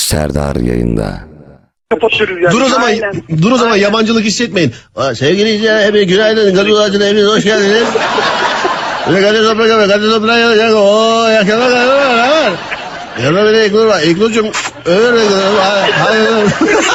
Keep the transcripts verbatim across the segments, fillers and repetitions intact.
Serdar yayında. Kapatıyoruz yani. Dur o zaman, Aynen. dur o zaman Aynen. yabancılık hissetmeyin. Aa, sevgili izleyiciler, hepiniz günaydın. Gazoz Ağacı'na hepiniz hoş geldiniz. Böyle Kadir Toprak abi, Kadir Toprak yanacak. Ooo, yakala Kadir var. Yanına bir de İlknur var. İlknur'cum, öyle hayır.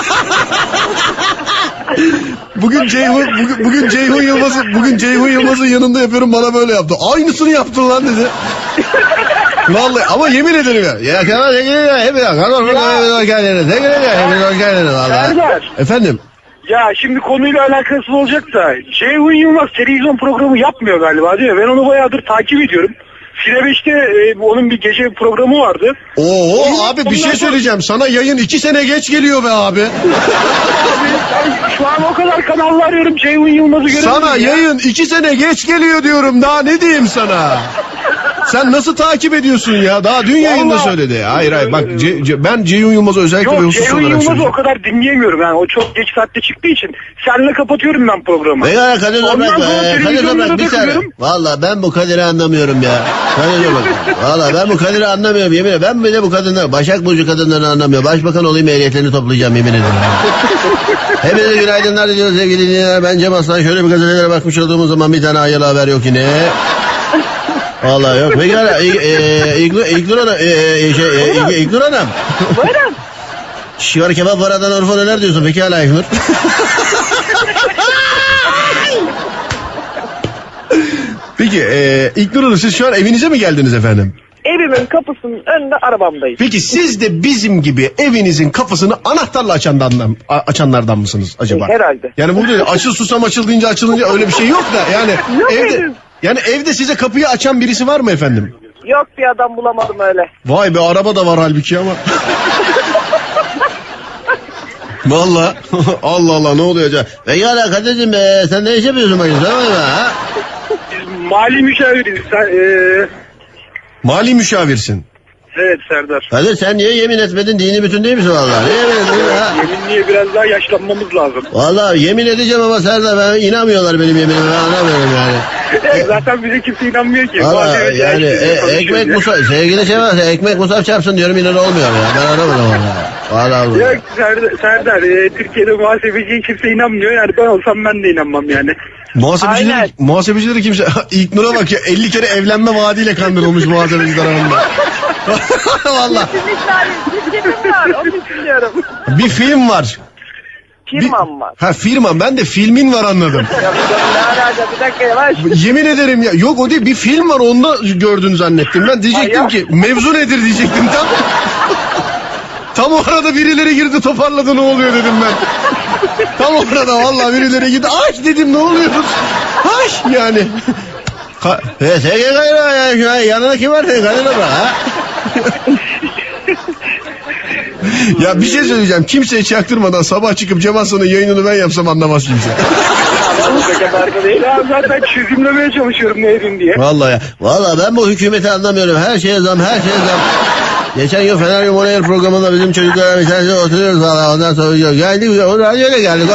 Bugün Ceyhun, bugün, bugün Ceyhun Yılmaz'ı, bugün Ceyhun Yılmaz'ın yanında yapıyorum, bana böyle yaptı. Aynısını yaptın lan dedi. Vallahi ama yemin ederim ya. Ya kanal tekrar hep ya. Kanal hoş geldiniz. Tekrar hepiniz hoş geldiniz vallahi. Serdar. Efendim. Ya şimdi konuyla alakası olacak da Ceyhun Yılmaz televizyon programı yapmıyor galiba değil mi? Ben onu bayağıdır takip ediyorum. Cine beşte e, onun bir gece programı vardı. Oo Onun- abi bir şey ondan- söyleyeceğim. Sana yayın iki sene geç geliyor be abi. Abi, ben şu an o kadar kanallar arıyorum Ceyhun Yılmaz'ı göremiyorum. Sana ya. yayın iki sene geç geliyor diyorum. Daha ne diyeyim sana? Sen nasıl takip ediyorsun ya? Daha dün yayında Vallahi- söyledi. Hayır hayır bak Ce- Ce- ben Ceyhun Yılmaz'ı özellikle ve Yok husus Ceyhun olarak Yılmaz'ı o söyleyeceğim. kadar dinleyemiyorum yani o çok geç saatte çıktığı için. Seninle kapatıyorum ben programı. Pekala Kadir Ondan Toprak, sonra e, Kadir televizyonda Toprak bir da saniye. takılıyorum. Valla ben bu Kadir'i anlamıyorum ya. Kadir Toprak. Valla ben bu Kadir'i anlamıyorum yemin ederim. Ben bir de bu kadınlar, Başak Burcu kadınlarını anlamıyorum. Başbakan olayım, ehliyetlerini toplayacağım yemin ederim. Hepinize günaydınlar diliyoruz sevgili dinleyenler. Ben Cem Aslan. Şöyle bir gazetelere bakmış olduğumuz zaman bir tane hayırlı haber yok yine. Vallahi yok. Pekala İ- e, İlknur İlknur Hanım. e, e, şey, e, İlk- İlknur Hanım. Buyurun. Şivar kebap paradan Urfa neler diyorsun? Pekala İlknur. Peki e, İlknur Hanım, siz şu an evinize mi geldiniz efendim? Evimin kapısının önünde arabamdayım. Peki siz de bizim gibi evinizin kapısını anahtarla açanlardan, a- açanlardan mısınız acaba? E, herhalde. Yani burada açıl susam açıl deyince açılınca öyle bir şey yok da yani Yok evde henüz. yani evde size kapıyı açan birisi var mı efendim? Yok, bir adam bulamadım öyle. Vay be, araba da var halbuki ama. Vallahi Allah Allah, ne oluyor acaba? Pekala Kadir'cim, e, sen ne iş yapıyorsun bakayım, tamam mı ha? Biz mali müşaviriz. Sen, e, Mali müşavirsin. evet Serdar. Kadir sen niye yemin etmedin, dini bütün değil misin vallahi? Niye yemin etmedin ha? Yeminliğe biraz daha yaşlanmamız lazım. Vallahi yemin edeceğim ama Serdar, ben inanmıyorlar benim yeminime, ben anlamıyorum yani. E, zaten bize kimse inanmıyor ki. Valla Madem yani yaşlı e, konuşuyoruz ekmek ya. musaf, sevgili şey var, ekmek musaf çarpsın diyorum, inan olmuyor ya, ben anlamadım valla. Valla Yok Serdar, Serdar e, Türkiye'de muhasebeciye kimse inanmıyor. Yani ben olsam ben de inanmam yani. muhasebecileri, Aynen. muhasebecileri kimse, İlknur'a bak ya, elli kere evlenme vaadiyle kandırılmış muhasebeci tarafından. Valla Bir şirketim var, onu düşünüyorum. bir film var. Bir- Firmam var. Ha firma, ben de filmin var anladım. Ya ne alaka, bir dakika yavaş. Yemin ederim ya, yok o değil, bir film var, onda gördün zannettim. Ben diyecektim Ay ki ya. mevzu nedir diyecektim tam. Tam o arada birileri girdi toparladı, ne oluyor dedim ben. Tam o arada vallahi birileri girdi, aç dedim, ne oluyor? Aç yani. Ka e, S G K'ya ya, şu an yanına kim var? Kadir bırak ha. Ya bir şey söyleyeceğim, kimseye çaktırmadan sabah çıkıp Cem Aslan'ın yayınını ben yapsam anlamaz kimse. O kadar da değil. Ya zaten çözümlemeye çalışıyorum ne edin diye. Vallahi ya. Vallahi ben bu hükümeti anlamıyorum. Her şeye zam, her şeye zam. Geçen yıl Fener Yumonayer programında bizim çocuklara bir tanesi oturuyoruz valla. Ondan sonra diyor, geldik, o radyoya geldik.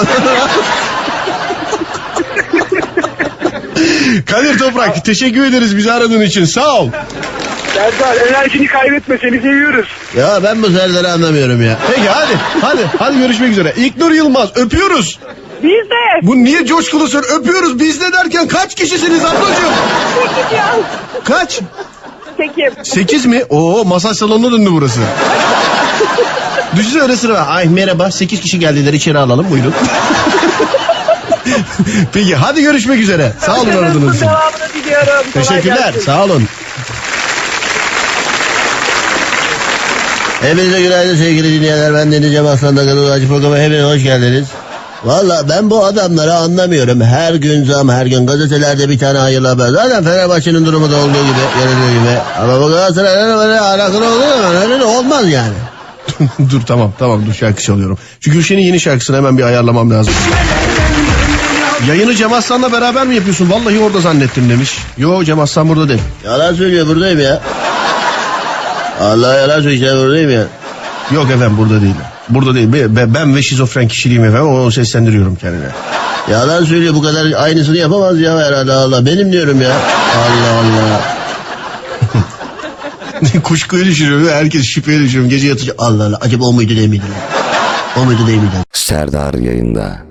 Kadir Toprak, teşekkür ederiz bizi aradığın için. Sağ ol. Serdar enerjini kaybetme, seni seviyoruz. Ya ben bu Serdar'ı anlamıyorum ya. Peki hadi, hadi, hadi görüşmek üzere. İlknur Yılmaz, öpüyoruz. Biz de. Bu niye coşkulusun? Öpüyoruz. Biz de derken kaç kişisiniz ablacığım? Sekiz ya. Kaç? Sekiz. Sekiz mi? Oo, masaj salonuna döndü burası. Düşünsene öyle sıra var. Ay merhaba, sekiz kişi geldiler, içeri alalım, buyurun. Peki hadi görüşmek üzere. Sağ olun aradığınız için. Devamını diliyorum. Kolay Teşekkürler, gelsin. sağ olun. Hepinize günaydın sevgili dinleyenler. Ben Deniz Cem Aslan'da Gazoz Ağacı programı, hepinize hoş geldiniz. Valla ben bu adamları anlamıyorum. Her gün zam, her gün gazetelerde bir tane hayırlı haber. Zaten Fenerbahçe'nin durumu da olduğu gibi, görüldüğü gibi. Ama bu Galatasaray'la böyle alakalı oluyor mu? Öyle de olmaz yani. Dur tamam tamam dur, şarkı çalıyorum. Şu Gülşen'in yeni şarkısını hemen bir ayarlamam lazım. Yayını Cem Aslan'la beraber mi yapıyorsun? Vallahi orada zannettim demiş. Yo, Cem Aslan burada değil. Yalan söylüyor, buradayım ya. Allah yalan söylüyor, buradayım ya. Yok efendim, burada değil. Burada değil. Ben, ben ve şizofren kişiliğim efendim. Onu seslendiriyorum kendine. Yalan söylüyor, bu kadar aynısını yapamaz ya herhalde, Allah. Benim diyorum ya. Allah Allah. Kuşkuyu düşürüyorum ve herkes şüpheye düşürüyorum. Gece yatınca Allah Allah acaba o muydu değil miydi? lan? O muydu değil miydi? Serdar yayında.